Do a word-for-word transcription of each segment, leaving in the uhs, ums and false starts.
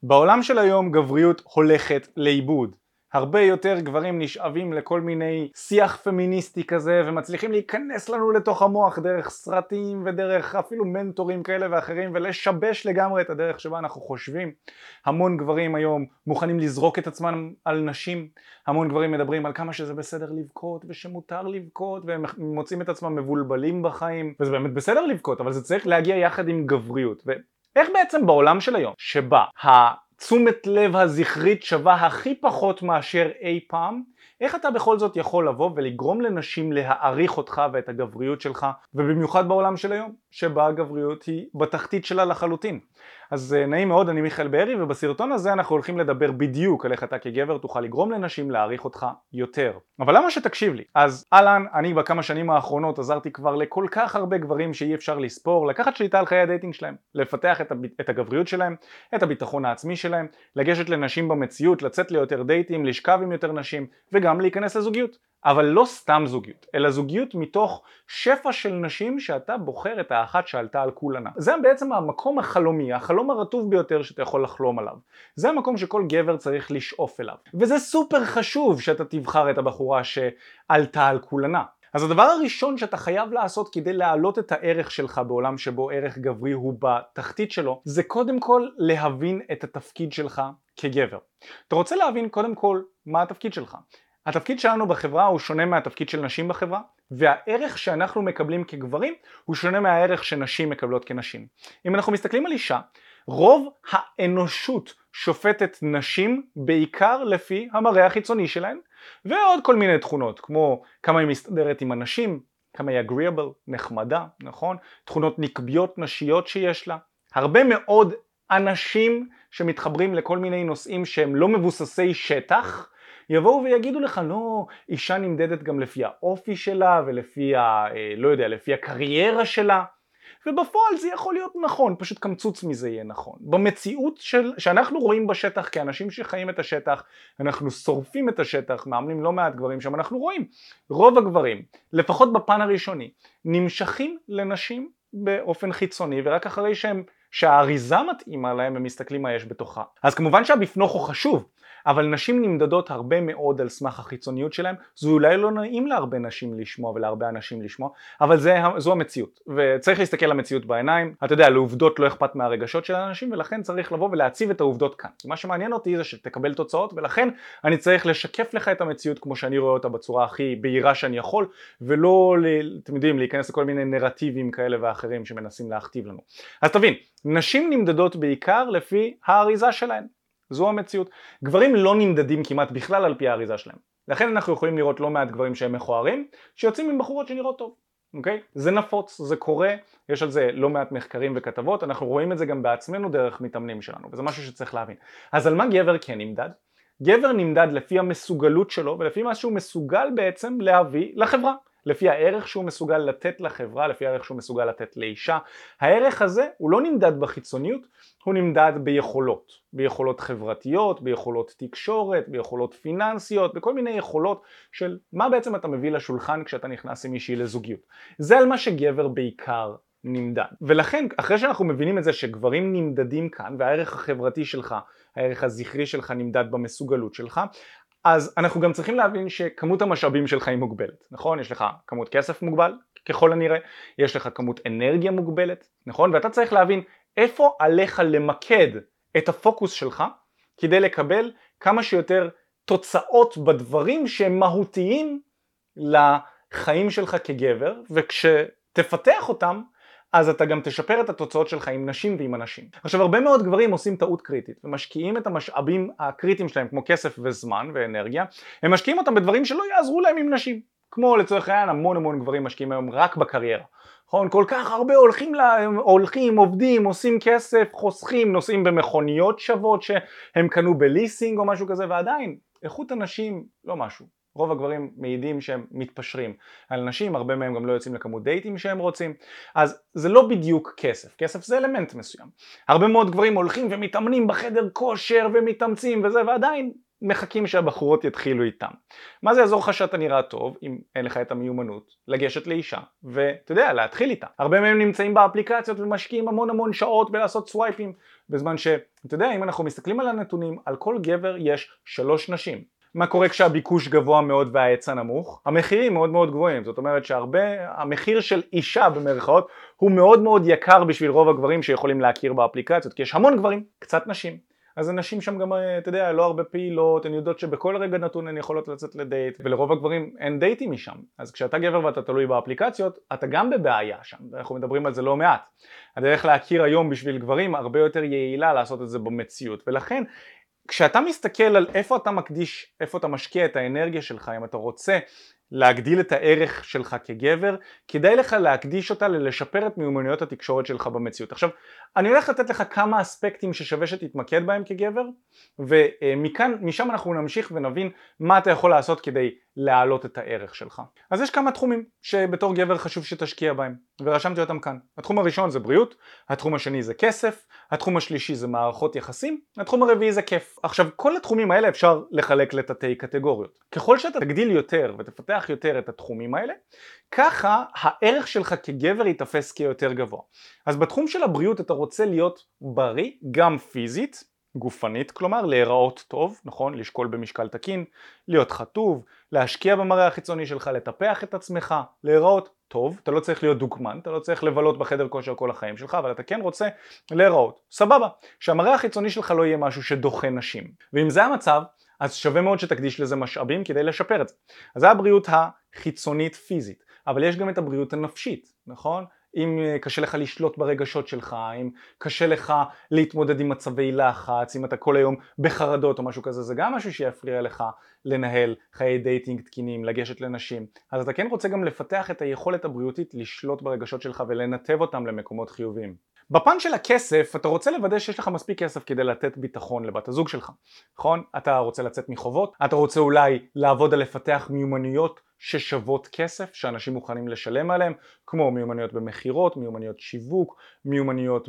בעולם של היום גבריות הולכת לאיבוד. הרבה יותר גברים נשאבים לכל מיני שיח פמיניסטי כזה ומצליחים להיכנס לנו לתוך המוח דרך סרטים ודרך אפילו מנטורים כאלה ואחרים ולשבש לגמרי את הדרך שבה אנחנו חושבים. המון גברים היום מוכנים לזרוק את עצמם על נשים, המון גברים מדברים על כמה שזה בסדר לבכות ושמותר לבכות והם מוצאים את עצמם מבולבלים בחיים, וזה באמת בסדר לבכות אבל זה צריך להגיע יחד עם גבריות. ואיך בעצם בעולם של היום שבה תשומת לב הזכרית שווה הכי פחות מאשר אי פעם, איך אתה בכל זאת יכול לבוא ולגרום לנשים להעריך אותך ואת הגבריות שלך, ובמיוחד בעולם של היום שבה הגבריות היא בתחתית שלה לחלוטין. אז נעים מאוד, אני מיכאל בארי, ובסרטון הזה אנחנו הולכים לדבר בדיוק על איך אתה כגבר תוכל לגרום לנשים להעריך אותך יותר. אבל למה שתקשיב לי? אז אהלן, אני בכמה שנים האחרונות עזרתי כבר לכל כך הרבה גברים שאי אפשר לספור, לקחת שליטה על חיי הדייטינג שלהם, לפתח את, הב... את הגבריות שלהם, את הביטחון העצמי שלהם, לגשת לנשים במציאות, לצאת ליותר דייטים, לשכב עם יותר נשים, וגם להיכנס לזוגיות. אבל לא סתם זוגיות, אלא זוגיות מתוך שפע של נשים שאתה בוחר את האחת שעלתה על כולנה. זה בעצם המקום החלומי, החלום הרטוב ביותר שאתה יכול לחלום עליו. זה המקום שכל גבר צריך לשאוף אליו. וזה סופר חשוב שאתה תבחר את הבחורה שעלתה על כולנה. אז הדבר הראשון שאתה חייב לעשות כדי להעלות את הערך שלך בעולם שבו ערך גברי הוא בתחתית שלו, זה קודם כל להבין את התפקיד שלך כגבר. אתה רוצה להבין קודם כל מה התפקיד שלך. התפקיד שלנו בחברה הוא שונה מהתפקיד של נשים בחברה, והערך שאנחנו מקבלים כגברים הוא שונה מהערך שנשים מקבלות כנשים. אם אנחנו מסתכלים על אישה, רוב האנושות שופטת נשים בעיקר לפי המראה החיצוני שלהן, ועוד כל מיני תכונות, כמו כמה היא מסתדרת עם אנשים, כמה היא agreeable, נחמדה, נכון? תכונות נקביות נשיות שיש לה. הרבה מאוד אנשים שמתחברים לכל מיני נושאים שהם לא מבוססי שטח, יבואו ויגידו לך, לא, אישה נמדדת גם לפי האופי שלה ולפי ה, לא יודע, לפי הקריירה שלה. ובפועל זה יכול להיות נכון, פשוט קמצוץ מזה יהיה נכון. במציאות של, שאנחנו רואים בשטח כאנשים שחיים את השטח, אנחנו שורפים את השטח, מאמנים לא מעט גברים שם, אנחנו רואים, רוב הגברים, לפחות בפן הראשוני, נמשכים לנשים באופן חיצוני, ורק אחרי שהם, שהאריזה מתאימה להם, הם מסתכלים מה יש בתוכה. אז כמובן שהבפנוך הוא חשוב, אבל נשים נמדדות הרבה מאוד על סמך החיצוניות שלהם. זה אולי לא נעים להרבה נשים לשמוע ולהרבה אנשים לשמוע, אבל זה, זו המציאות, וצריך להסתכל על המציאות בעיניים. אתה יודע, לעובדות לא אכפת מהרגשות של האנשים, ולכן צריך לבוא ולהציב את העובדות כאן. מה שמעניין אותי זה שתקבל תוצאות, ולכן אני צריך לשקף לך את המציאות כמו שאני רואה אותה בצורה הכי בהירה שאני יכול, ולא, אתם יודעים, להיכנס לכל מיני נרטיבים כאלה ואחרים שמנסים להכתיב לנו. אז תבין, נשים נמדדות בעיקר לפי האריזה שלהן. זו המציאות. גברים לא נמדדים כמעט בכלל על פי האריזה שלהם. לכן אנחנו יכולים לראות לא מעט גברים שהם מכוערים, שיוצאים עם בחורות שנראות טוב. אוקיי? זה נפוץ, זה קורה, יש על זה לא מעט מחקרים וכתבות, אנחנו רואים את זה גם בעצמנו דרך מתאמנים שלנו, וזה משהו שצריך להבין. אז על מה גבר כן נמדד? גבר נמדד לפי המסוגלות שלו, ולפי מה שהוא מסוגל בעצם להביא לחברה. לפי הערך שהוא מסוגל לתת לחברה, לפי הערך שהוא מסוגל לתת לאישה. הערך הזה הוא לא נמדד בחיצוניות, הוא נמדד ביכולות. ביכולות חברתיות, ביכולות תקשורת, ביכולות פיננסיות, בכל מיני יכולות של מה בעצם אתה מביא לשולחן כשאתה נכנס עם מישהי לזוגיות. זה על מה שגבר בעיקר נמדד. ולכן, אחרי שאנחנו מבינים את זה שגברים נמדדים כאן, והערך החברתי שלך, הערך הזכרי שלך נמדד במסוגלות שלך, אז אנחנו גם צריכים להבין שכמות המשאבים שלך היא מוגבלת, נכון? יש לך כמות כסף מוגבל, ככל הנראה, יש לך כמות אנרגיה מוגבלת, נכון? ואתה צריך להבין איפה עליך למקד את הפוקוס שלך, כדי לקבל כמה שיותר תוצאות בדברים שהם מהותיים לחיים שלך כגבר, וכשתפתח אותם, אז אתה גם תשפר את התוצאות שלך עם נשים ועם אנשים. עכשיו, הרבה מאוד גברים עושים טעות קריטית ומשקיעים את המשאבים הקריטיים שלהם כמו כסף וזמן ואנרגיה, הם משקיעים אותם בדברים שלא יעזרו להם עם נשים. כמו לצורך העניין, המון המון גברים משקיעים היום רק בקריירה. נכון? כל כך הרבה הולכים, לה, הולכים, עובדים, עושים כסף, חוסכים, נוסעים במכוניות שוות שהם קנו בליסינג או משהו כזה, ועדיין איכות הנשים לא משהו. רוב הגברים מעידים שהם מתפשרים על נשים, הרבה מהם גם לא יוצאים לכמות דייטים שהם רוצים, אז זה לא בדיוק כסף, כסף זה אלמנט מסוים. הרבה מאוד גברים הולכים ומתאמנים בחדר כושר ומתאמצים וזה, ועדיין מחכים שהבחורות יתחילו איתם. מה זה יעזור לך שאתה נראה טוב אם אין לך את המיומנות לגשת לאישה ואתה יודע, להתחיל איתה. הרבה מהם נמצאים באפליקציות ומשקיעים המון המון שעות בלעשות סווייפים, בזמן שאתה יודע, אם אנחנו מסתכלים על הנתונים, על כל גבר יש שלוש נשים. מה קורה כשהביקוש גבוה מאוד וההיצע נמוך? המחירים מאוד מאוד גבוהים, זאת אומרת שהרבה, המחיר של אישה במרכאות הוא מאוד מאוד יקר בשביל רוב הגברים שיכולים להכיר באפליקציות, כי יש המון גברים, קצת נשים. אז הנשים שם גם, אתה יודע, לא הרבה פעילות, הן יודעות שבכל רגע נתון הן יכולות לצאת לדייט, ולרוב הגברים אין דייטים משם. אז כשאתה גבר ואתה תלוי באפליקציות, אתה גם בבעיה שם, ואנחנו מדברים על זה לא מעט. הדרך להכיר היום בשביל גברים הרבה יותר יעילה לעשות את זה במציאות, ולכן כשאתה מסתכל על איפה אתה מקדיש, איפה אתה משקיע את האנרגיה שלך, אם אתה רוצה להגדיל את הערך שלך כגבר, כדאי לך להקדיש אותה ללשפר את מיומנויות התקשורת שלך במציאות. עכשיו, אני הולך לתת לך כמה אספקטים ששווה שתתמקד בהם כגבר, ומכאן, משם אנחנו נמשיך ונבין מה אתה יכול לעשות כדי להעלות את הערך שלך. אז יש כמה תחומים שבתור גבר חשוב שתשקיע בהם, ורשמתי אותם כאן. התחום הראשון זה בריאות, התחום השני זה כסף, התחום השלישי זה מערכות יחסים, התחום הרביעי זה כיף. עכשיו, כל התחומים האלה אפשר לחלק לתתי קטגוריות. ככל שאתה תגדיל יותר ותפתח יותר את התחומים האלה, ככה הערך שלך כגבר ייתפס כיותר גבוה. אז בתחום של הבריאות אתה רוצה להיות בריא, גם פיזית, גופנית, כלומר להיראות טוב, נכון? לשקול במשקל תקין, להיות חטוב, להשקיע במראה החיצוני שלך, לטפח את עצמך, להיראות טוב. אתה לא צריך להיות דוגמן, אתה לא צריך לבלות בחדר כושר כל החיים שלך, אבל אתה כן רוצה להיראות סבבה, שהמראה החיצוני שלך לא יהיה משהו שדוחה נשים. ואם זה המצב, אז שווה מאוד שתקדיש לזה משאבים כדי לשפר את זה. אז זה הבריאות החיצונית פיזית, אבל יש גם את הבריאות הנפשית, נכון? אם קשה לך לשלוט ברגשות שלך, אם קשה לך להתמודד עם מצבי לחץ, אם אתה כל היום בחרדות או משהו כזה, זה גם משהו שיפריע לך לנהל חיי דייטינג תקינים, לגשת לנשים. אז אתה כן רוצה גם לפתח את היכולת הבריאותית לשלוט ברגשות שלך ולנתב אותם למקומות חיוביים. בפן של הכסף, אתה רוצה לוודא שיש לך מספיק כסף כדי לתת ביטחון לבת הזוג שלך, נכון? אתה רוצה לצאת מחובות, אתה רוצה אולי לעבוד על לפתח מיומנויות ששוות כסף, שאנשים מוכנים לשלם עליהם, כמו מיומנויות במחירות, מיומנויות שיווק, מיומנויות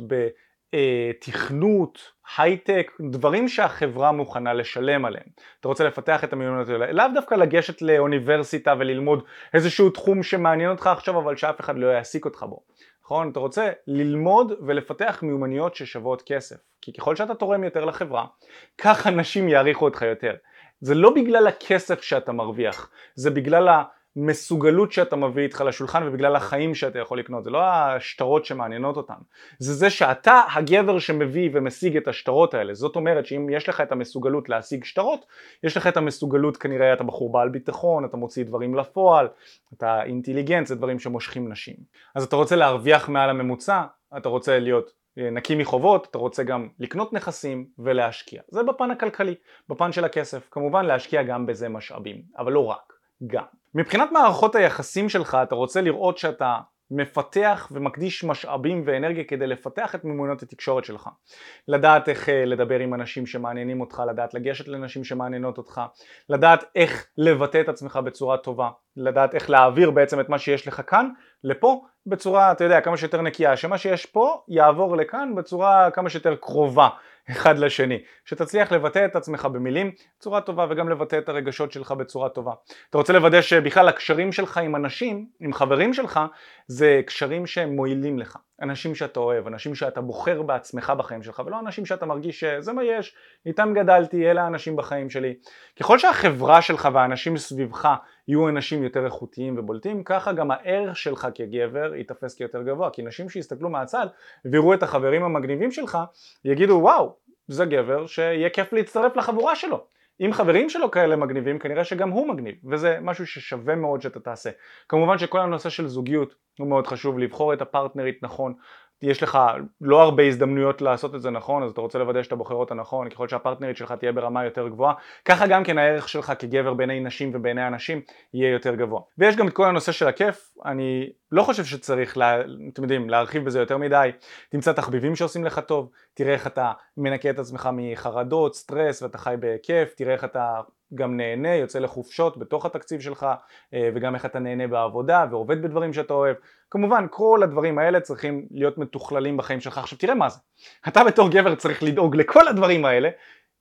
בתכנות, הייטק, דברים שהחברה מוכנה לשלם עליהם. אתה רוצה לפתח את המיומנויות האלה, לאו דווקא לגשת לאוניברסיטה וללמוד איזשהו תחום שמעניין אותך עכשיו, אבל שאף אחד לא יעסיק אותך בו. נכון? אתה רוצה ללמוד ולפתח מיומנויות ששוות כסף, כי ככל שאתה תורם יותר לחברה, כך אנשים יעריכו אותך יותר. זה לא בגלל הכסף שאתה מרוויח, זה בגלל המסוגלות שאתה מביא איתך לשולחן ובגלל החיים שאתה יכול לקנות. זה לא השטרות שמעניינות אותם, זה זה שאתה הגבר שמביא ומשיג את השטרות האלה. זאת אומרת שאם יש לך את המסוגלות להשיג שטרות, יש לך את המסוגלות, כנראה אתה בחור בעל ביטחון, אתה מוציא דברים לפועל, אתה אינטליגנט, זה דברים שמושכים נשים. אז אתה רוצה להרוויח מעל הממוצע, אתה רוצה להיות נקי מחובות, אתה רוצה גם לקנות נכסים ולהשקיע. זה בפן הכלכלי, בפן של הכסף. כמובן להשקיע גם בזה משאבים, אבל לא רק, גם. מבחינת מערכות היחסים שלך, אתה רוצה לראות שאתה מפתח ומקדיש משאבים ואנרגיה כדי לפתח את מיומנויות התקשורת שלך. לדעת איך לדבר עם אנשים שמעניינים אותך, לדעת לגשת לנשים שמעניינות אותך, לדעת איך לבטא את עצמך בצורה טובה, לדעת איך להעביר בעצם את מה שיש לך כאן לפה בצורה, אתה יודע, כמה שיותר נקייה, שמה שיש פה יעבור לכאן בצורה כמה שיותר קרובה אחד לשני, שתצליח לבטא את עצמך במילים בצורה טובה וגם לבטא את הרגשות שלך בצורה טובה. אתה רוצה לוודא שבכלל הקשרים שלך עם אנשים, עם חברים שלך, זה קשרים שהם מועילים לך, אנשים שאתה אוהב, אנשים שאתה בוחר בעצמך בחיים שלך, ולא אנשים שאתה מרגיש שזה מה יש, איתם גדלתי, אלה האנשים בחיים שלי. ככל שהחברה שלך והאנשים סביבך יהיו אנשים יותר איכותיים ובולטים, ככה גם הערך שלך כגבר ייתפס כיותר גבוה, כי נשים שיסתכלו מהצד ויראו את החברים המגניבים שלך, יגידו וואו, זה גבר שיהיה כיף להצטרף לחבורה שלו. אם חברים שלו כאלה מגניבים, כנראה שגם הוא מגניב, וזה משהו ששווה מאוד שאתה תעשה. כמובן שכל הנושא של זוגיות הוא מאוד חשוב, לבחור את הפרטנרית נכון. יש לך לא הרבה הזדמנויות לעשות את זה נכון, אז אתה רוצה לוודא שאתה בוחר אותה נכון, ככל שהפרטנרית שלך תהיה ברמה יותר גבוהה, ככה גם כן הערך שלך כגבר בעיני נשים ובעיני אנשים יהיה יותר גבוה. ויש גם את כל הנושא של הכיף, אני לא חושב שצריך, לה, אתם יודעים, להרחיב בזה יותר מדי. תמצא תחביבים שעושים לך טוב, תראה איך אתה מנקה את עצמך מחרדות, סטרס, ואתה חי בכיף, תראה איך אתה גם נהנה, יוצא לחופשות בתוך התקציב שלך, וגם איך אתה נהנה בעבודה ועובד בדברים שאתה אוהב. כמובן, כל הדברים האלה צריכים להיות מתוכללים בחיים שלך. עכשיו תראה מה זה, אתה בתור גבר צריך לדאוג לכל הדברים האלה,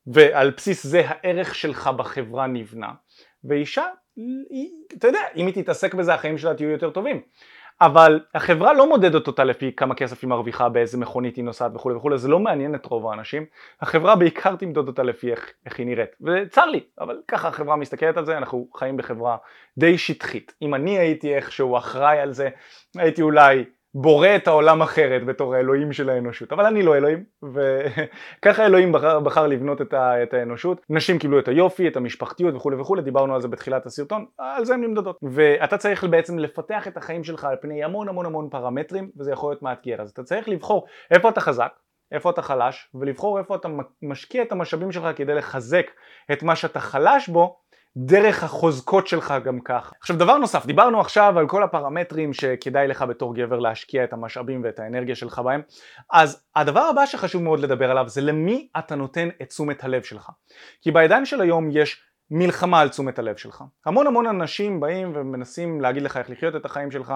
ועל בסיס זה הערך שלך בחברה נבנה. ואישה, היא, אתה יודע, אם היא תתעסק בזה החיים שלה תהיו יותר טובים. אבל החברה לא מודדת אותה לפי כמה כסף היא מרוויחה, באיזה מכונית היא נוסעת וכו' וכו', זה לא מעניין את רוב האנשים. החברה בעיקר תמדוד אותה לפי איך, איך היא נראית. וצר לי, אבל ככה החברה מסתכלת על זה, אנחנו חיים בחברה די שטחית. אם אני הייתי איכשהו אחראי על זה, הייתי אולי בורא את העולם אחרת בתור האלוהים של האנושות, אבל אני לא אלוהים, וככה אלוהים בחר, בחר לבנות את, ה, את האנושות. נשים קיבלו את היופי, את המשפחתיות וכו' וכו', דיברנו על זה בתחילת הסרטון, על זה הן נמדדות. ואתה צריך בעצם לפתח את החיים שלך על פני המון המון המון פרמטרים, וזה יכול להיות מאתגר. אז אתה צריך לבחור איפה אתה חזק, איפה אתה חלש, ולבחור איפה אתה משקיע את המשאבים שלך כדי לחזק את מה שאתה חלש בו, דרך החוזקות שלך גם כך. עכשיו דבר נוסף, דיברנו עכשיו על כל הפרמטרים שכדאי לך בתור גבר להשקיע את המשאבים ואת האנרגיה שלך בהם, אז הדבר הבא שחשוב מאוד לדבר עליו זה למי אתה נותן את תשומת הלב שלך. כי בעידן של היום יש מלחמה על תשומת הלב שלך. המון המון אנשים באים ומנסים להגיד לך איך לחיות את החיים שלך,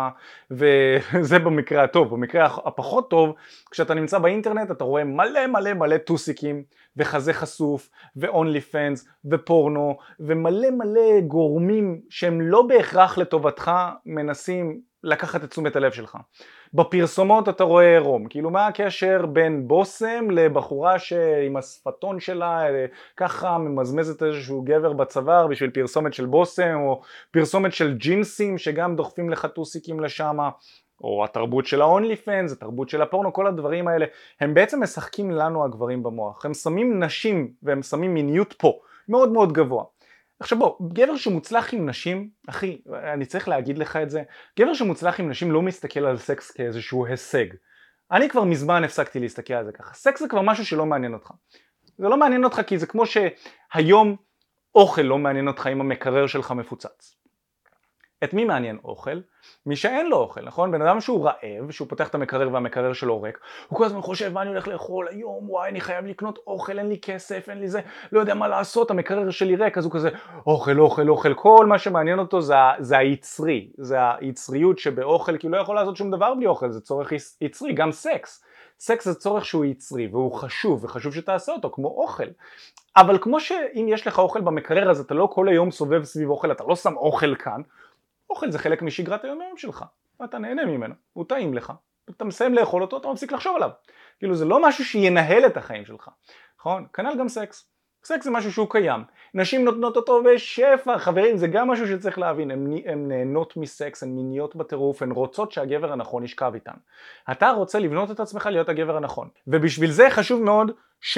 וזה במקרה הטוב. במקרה הפחות טוב, כשאתה נמצא באינטרנט אתה רואה מלא מלא מלא טוסיקים וחזה חשוף ואונלי פנס ופורנו ומלא מלא גורמים שהם לא בהכרח לטובתך מנסים לקחת את תשומת הלב שלך. בפרסומות אתה רואה עירום, כאילו מה הקשר בין בושם לבחורה שעם השפתון שלה ככה ממזמזת איזשהו גבר בצוואר בשביל פרסומת של בושם, או פרסומת של ג'ינסים שגם דוחפים לך טוסיקים לשם, או התרבות של ה-only fans, התרבות של הפורנו, כל הדברים האלה הם בעצם משחקים לנו הגברים במוח. הם שמים נשים והם שמים מיניות פה מאוד מאוד גבוה. עכשיו בוא, גבר שמוצלח עם נשים, אחי, אני צריך להגיד לך את זה, גבר שמוצלח עם נשים לא מסתכל על סקס כאיזשהו הישג. אני כבר מזמן הפסקתי להסתכל על זה ככה. סקס זה כבר משהו שלא מעניין אותך. זה לא מעניין אותך כי זה כמו שהיום אוכל לא מעניין אותך אם המקרר שלך מפוצץ. את מי מעניין אוכל? מי שאין לו אוכל, נכון? בן אדם שהוא רעב, שהוא פותח את המקרר והמקרר שלו ריק, הוא כל הזמן חושב מה אני הולך לאכול היום, וואי אני חייב לקנות אוכל, אין לי כסף, אין לי זה, לא יודע מה לעשות, המקרר שלי ריק, אז הוא כזה אוכל, אוכל, אוכל, כל מה שמעניין אותו זה, זה היצרי, זה היצריות שבאוכל, כי הוא לא יכול לעשות שום דבר בלי אוכל, זה צורך יצרי, גם סקס. סקס זה צורך שהוא יצרי והוא חשוב, וחשוב שתעשה אותו כמו אוכל. אבל כמו שאם יש לך אוכל במקרר אז אתה לא כל היום סובב סביב אוכל, אתה לא שם אוכל כאן, אוכל זה חלק משגרת היום יום שלך, אתה נהנה ממנו, הוא טעים לך, אתה מסיים לאכול אותו, אתה מפסיק לחשוב עליו. כאילו זה לא משהו שינהל את החיים שלך, נכון? כנ"ל גם סקס. סקס זה משהו שהוא קיים, נשים נותנות אותו בשפע, חברים, זה גם משהו שצריך להבין, הן נהנות מסקס, הן מיניות בטירוף, הן רוצות שהגבר הנכון ישכב איתן. אתה רוצה לבנות את עצמך להיות הגבר הנכון, ובשביל זה חשוב מאוד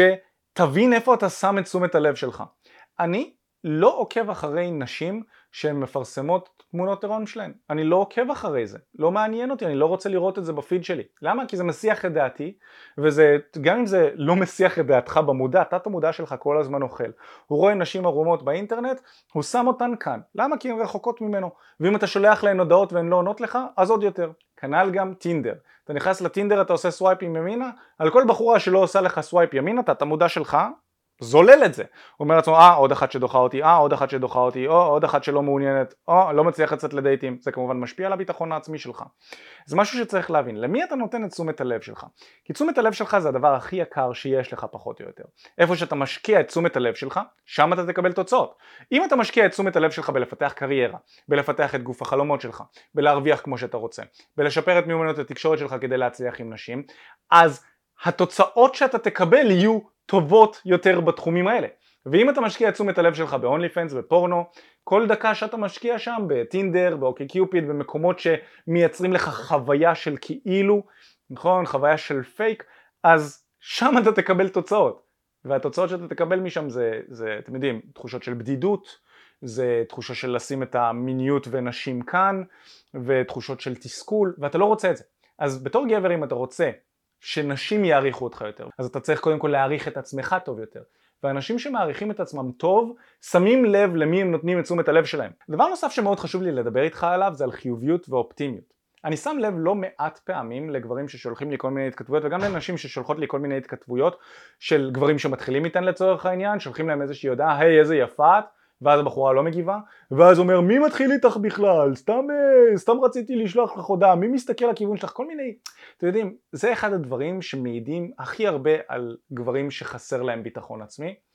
שתבין איפה אתה שם את תשומת הלב שלך. אני לא עוקב אחרי נשים שהן מפרסמות תמונות עירום שלהן. אני לא עוקב אחרי זה. לא מעניין אותי, אני לא רוצה לראות את זה בפיד שלי. למה? כי זה מסיח את דעתי, וזה, גם אם זה לא מסיח את דעתך במודע, תת המודע שלך כל הזמן אוכל. הוא רואה נשים ערומות באינטרנט, הוא שם אותן כאן. למה? כי הן רחוקות ממנו. ואם אתה שולח להן הודעות והן לא עונות לך, אז עוד יותר. כנ"ל גם טינדר. אתה נכנס לטינדר, אתה עושה סווייפים ימינה, על כל בחורה שלא עושה לך סווייפ ימינה, תת המודע שלך זולל את זה. הוא אומר לעצמו, אה, עוד אחת שדוחה אותי, אה, עוד אחת שדוחה אותי, או עוד אחת שלא מעוניינת, או לא מצליח לצאת לדייטים. זה כמובן משפיע על הביטחון העצמי שלך. זה משהו שצריך להבין. למי אתה נותן את תשומת הלב שלך? כי תשומת הלב שלך זה הדבר הכי יקר שיש לך פחות או יותר. איפה שאתה משקיע את תשומת הלב שלך, שם אתה תקבל תוצאות. אם אתה משקיע את תשומת הלב שלך בלפתח קריירה, בלפתח את גוף החלומות שלך, בלהרוויח כמו שאתה רוצה, בלשפר את מיומנויות התקשורת שלך כדי להצליח עם נשים, אז התוצאות שאתה תקבל יהיו טובות יותר בתחומים האלה. ואם אתה משקיע את תשומת הלב שלך ב-only fans ופורנו, כל דקה שאתה משקיע שם בטינדר, באוקי קיופיד, במקומות שמייצרים לך חוויה של כאילו, נכון? חוויה של פייק, אז שם אתה תקבל תוצאות. והתוצאות שאתה תקבל משם זה, זה, אתם יודעים, תחושות של בדידות, זה תחושה של לשים את המיניות ונשים כאן, ותחושות של תסכול, ואתה לא רוצה את זה. אז בתור גבר, אם אתה רוצה שנשים יעריכו אותך יותר, אז אתה צריך קודם כל להעריך את עצמך טוב יותר. ואנשים שמעריכים את עצמם טוב, שמים לב למי הם נותנים את תשומת הלב שלהם. דבר נוסף שמאוד חשוב לי לדבר איתך עליו זה על חיוביות ואופטימיות. אני שם לב לא מעט פעמים לגברים ששולחים לי כל מיני התכתבויות, וגם לנשים ששולחות לי כל מיני התכתבויות של גברים שמתחילים איתן לצורך העניין, שולחים להם איזושהי הודעה, היי איזה יפה את, ואז הבחורה לא מגיבה, ואז אומר מי מתחיל איתך בכלל, סתם, סתם רציתי לשלוח לך הודעה, מי מסתכל לכיוון שלך, כל מיני, אתם יודעים, זה אחד הדברים שמעידים הכי הרבה על גברים שחסר להם ביטחון עצמי,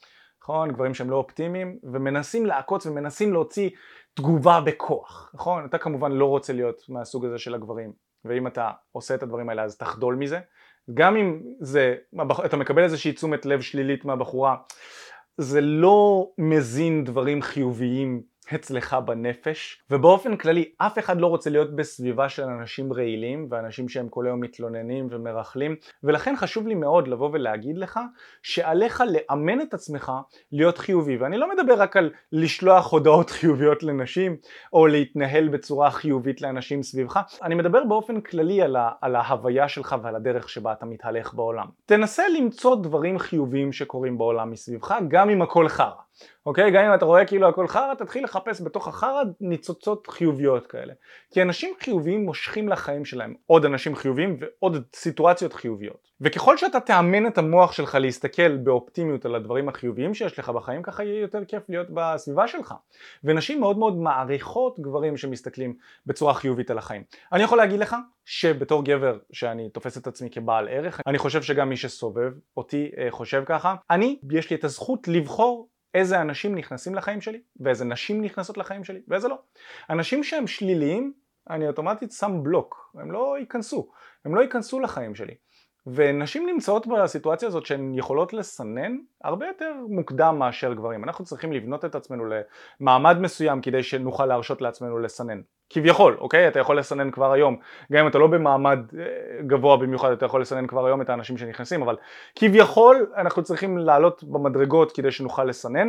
נכון? גברים שהם לא אופטימיים, ומנסים לעקוץ ומנסים להוציא תגובה בכוח, נכון? אתה כמובן לא רוצה להיות מהסוג הזה של הגברים, ואם אתה עושה את הדברים האלה אז תחדול מזה. גם אם זה, אתה מקבל איזושהי תשומת לב שלילית מהבחורה, זה לא מזין דברים חיוביים אצלך בנפש, ובאופן כללי אף אחד לא רוצה להיות בסביבה של אנשים רעילים ואנשים שהם כל היום מתלוננים ומרחלים, ולכן חשוב לי מאוד לבוא ולהגיד לך שעליך לאמן את עצמך להיות חיובי. ואני לא מדבר רק על לשלוח הודעות חיוביות לנשים או להתנהל בצורה חיובית לאנשים סביבך, אני מדבר באופן כללי על, ה- על ההוויה שלך ועל הדרך שבה אתה מתהלך בעולם. תנסה למצוא דברים חיוביים שקורים בעולם מסביבך, גם אם הכל חרא. אוקיי? גם אם אתה רואה כאילו הכל חרא, תתחיל לחפש בתוך החרא ניצוצות חיוביות כאלה. כי אנשים חיוביים מושכים לחיים שלהם עוד אנשים חיוביים ועוד סיטואציות חיוביות. וככל שאתה תאמן את המוח שלך להסתכל באופטימיות על הדברים החיוביים שיש לך בחיים, ככה יהיה יותר כיף להיות בסביבה שלך. ונשים מאוד מאוד מעריכות גברים שמסתכלים בצורה חיובית על החיים. אני יכול להגיד לך שבתור גבר שאני תופס את עצמי כבעל ערך, אני חושב שגם מי שסובב אותי חושב ככה. אני, יש לי את הזכות לבחור איזה אנשים נכנסים לחיים שלי, ואיזה נשים נכנסות לחיים שלי, ואיזה לא. אנשים שהם שליליים, אני אוטומטית שם בלוק, הם לא ייכנסו, הם לא ייכנסו לחיים שלי. ונשים נמצאות בסיטואציה הזאת שהן יכולות לסנן הרבה יותר מוקדם מאשר גברים. אנחנו צריכים לבנות את עצמנו למעמד מסוים כדי שנוכל להרשות לעצמנו לסנן. כביכול, אוקיי? אתה יכול לסנן כבר היום, גם אם אתה לא במעמד גבוה במיוחד, אתה יכול לסנן כבר היום את האנשים שנכנסים, אבל כביכול אנחנו צריכים לעלות במדרגות כדי שנוכל לסנן,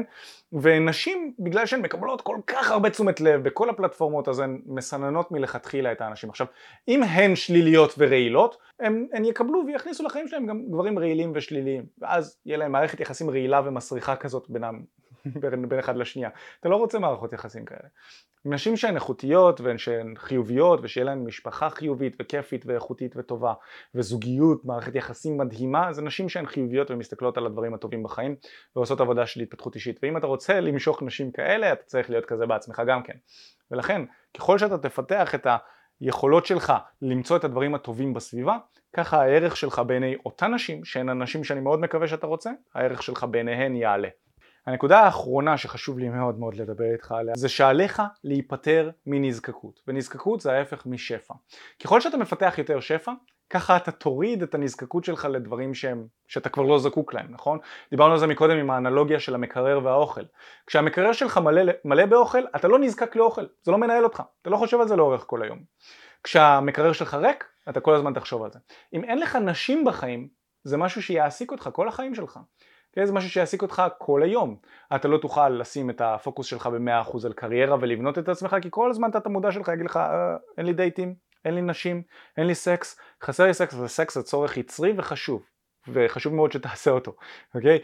ונשים, בגלל שהן מקבלות כל כך הרבה תשומת לב בכל הפלטפורמות, אז הן מסננות מלכתחילה את האנשים. עכשיו, אם הן שליליות ורעילות, הן, הן יקבלו ויכניסו לחיים שלהם גם גברים רעילים ושליליים, ואז יהיה להם מערכת יחסים רעילה ומסריחה כזאת בינם, בין, בין אחד לשנייה. אתה לא רוצה מערכות יחסים כאלה. נשים שהן איכותיות והן חיוביות ושיהיה להן משפחה חיובית וכיפית ואיכותית וטובה וזוגיות, מערכת יחסים מדהימה, זה נשים שהן חיוביות ומסתכלות על הדברים הטובים בחיים ועושות עבודה של התפתחות אישית. ואם אתה רוצה למשוך נשים כאלה, אתה צריך להיות כזה בעצמך גם כן. ולכן, ככל שאתה תפתח את היכולות שלך למצוא את הדברים הטובים בסביבה, ככה הערך שלך בעיני אותן נשים, שהן הנשים שאני מאוד מקווה שאתה רוצה, הערך שלך בעיניהן יעלה. הנקודה האחרונה שחשוב לי מאוד מאוד לדבר איתך עליה, זה שעליך להיפטר מנזקקות, ונזקקות זה ההפך משפע. ככל שאתה מפתח יותר שפע, ככה אתה תוריד את הנזקקות שלך לדברים שהם, שאתה כבר לא זקוק להם, נכון? דיברנו על זה מקודם עם האנלוגיה של המקרר והאוכל. כשהמקרר שלך מלא, מלא באוכל, אתה לא נזקק לאוכל, זה לא מנהל אותך, אתה לא חושב על זה לאורך כל היום. כשהמקרר שלך ריק, אתה כל הזמן תחשוב על זה. אם אין לך נשים בחיים, זה משהו שיעסיק אותך כל החיים שלך. זה משהו שיעסיק אותך כל היום. אתה לא תוכל לשים את הפוקוס שלך ב-מאה אחוז על קריירה ולבנות את עצמך, כי כל הזמן את המודע שלך יגיד לך, אה, אין לי דייטים, אין לי נשים, אין לי סקס, חסר לי סקס, וסקס זה צורך יצרי וחשוב, וחשוב מאוד שתעשה אותו, אוקיי?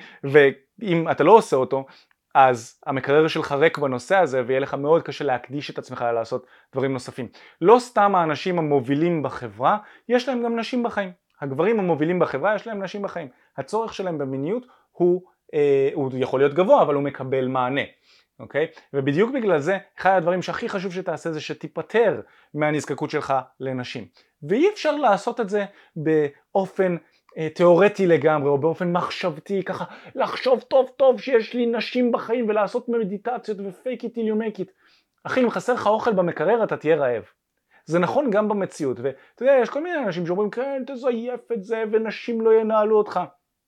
ואם אתה לא עושה אותו, אז המקרר שלך ריק בנושא הזה, ויהיה לך מאוד קשה להקדיש את עצמך לעשות דברים נוספים. לא סתם האנשים המובילים בחברה, יש להם גם נשים בחיים. הגברים המובילים בחברה יש להם נשים בחיים. הצורך שלהם במיניות הוא, אה, הוא יכול להיות גבוה, אבל הוא מקבל מענה. אוקיי? ובדיוק בגלל זה, אחד הדברים שהכי חשוב שתעשה זה שתיפטר מהנזקקות שלך לנשים. ואי אפשר לעשות את זה באופן אה, תיאורטי לגמרי, או באופן מחשבתי, ככה לחשוב טוב טוב שיש לי נשים בחיים, ולעשות מדיטציות ו-fake it till you make it. אחי, אם חסר לך אוכל במקרר, אתה תהיה רעב. זה נכון גם במציאות, ואתה יודע, יש כל מיני אנשים שאומרים, כן, תזייף את זה, ונשים לא ינהלו אותך.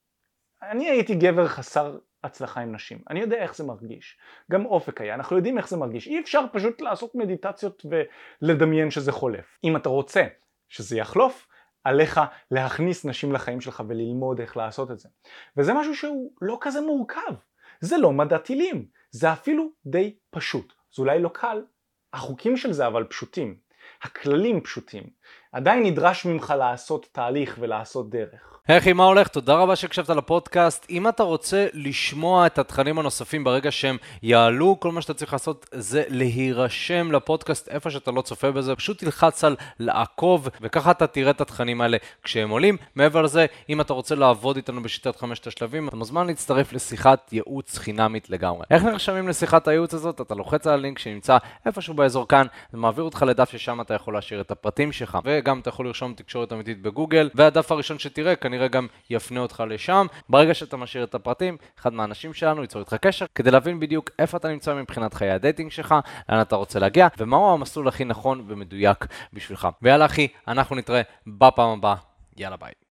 אני הייתי גבר חסר הצלחה עם נשים, אני יודע איך זה מרגיש, גם אופק היה, אנחנו יודעים איך זה מרגיש, אי אפשר פשוט לעשות מדיטציות ולדמיין שזה חולף. אם אתה רוצה שזה יחלוף, עליך להכניס נשים לחיים שלך וללמוד איך לעשות את זה. וזה משהו שהוא לא כזה מורכב, זה לא מדע טילים, זה אפילו די פשוט. זה אולי לא קל, החוקים של זה אבל פשוטים, הכללים פשוטים. עדיין נדרש ממך לעשות תהליך ולעשות דרך. היי אחי, מה הולך? תודה רבה שהקשבת לפודקאסט. אם אתה רוצה לשמוע את התכנים הנוספים ברגע שהם יעלו, כל מה שאתה צריך לעשות זה להירשם לפודקאסט איפה שאתה לא צופה בזה. פשוט תלחץ על לעקוב, וככה אתה תראה את התכנים האלה כשהם עולים. מעבר לזה, אם אתה רוצה לעבוד איתנו בשיטת חמשת השלבים, אתה מוזמן להצטרף לשיחת ייעוץ חינמית לגמרי. איך נרשמים לשיחת הייעוץ הזאת? אתה לוחץ על הלינק שנמצא איפשהו באזור כאן, זה מעביר אותך לדף ששם אתה יכול להשאיר את הפרטים שלך. וגם אתה יכול לרשום תקשורת אמיתית בגוגל, והדף הראשון שתראה כנראה גם יפנה אותך לשם. ברגע שאתה משאיר את הפרטים, אחד מהאנשים שלנו ייצור איתך קשר, כדי להבין בדיוק איפה אתה נמצא מבחינת חיי הדייטינג שלך, לאן אתה רוצה להגיע, ומהו המסלול הכי נכון ומדויק בשבילך. ויאללה אחי, אנחנו נתראה בפעם הבאה. יאללה ביי.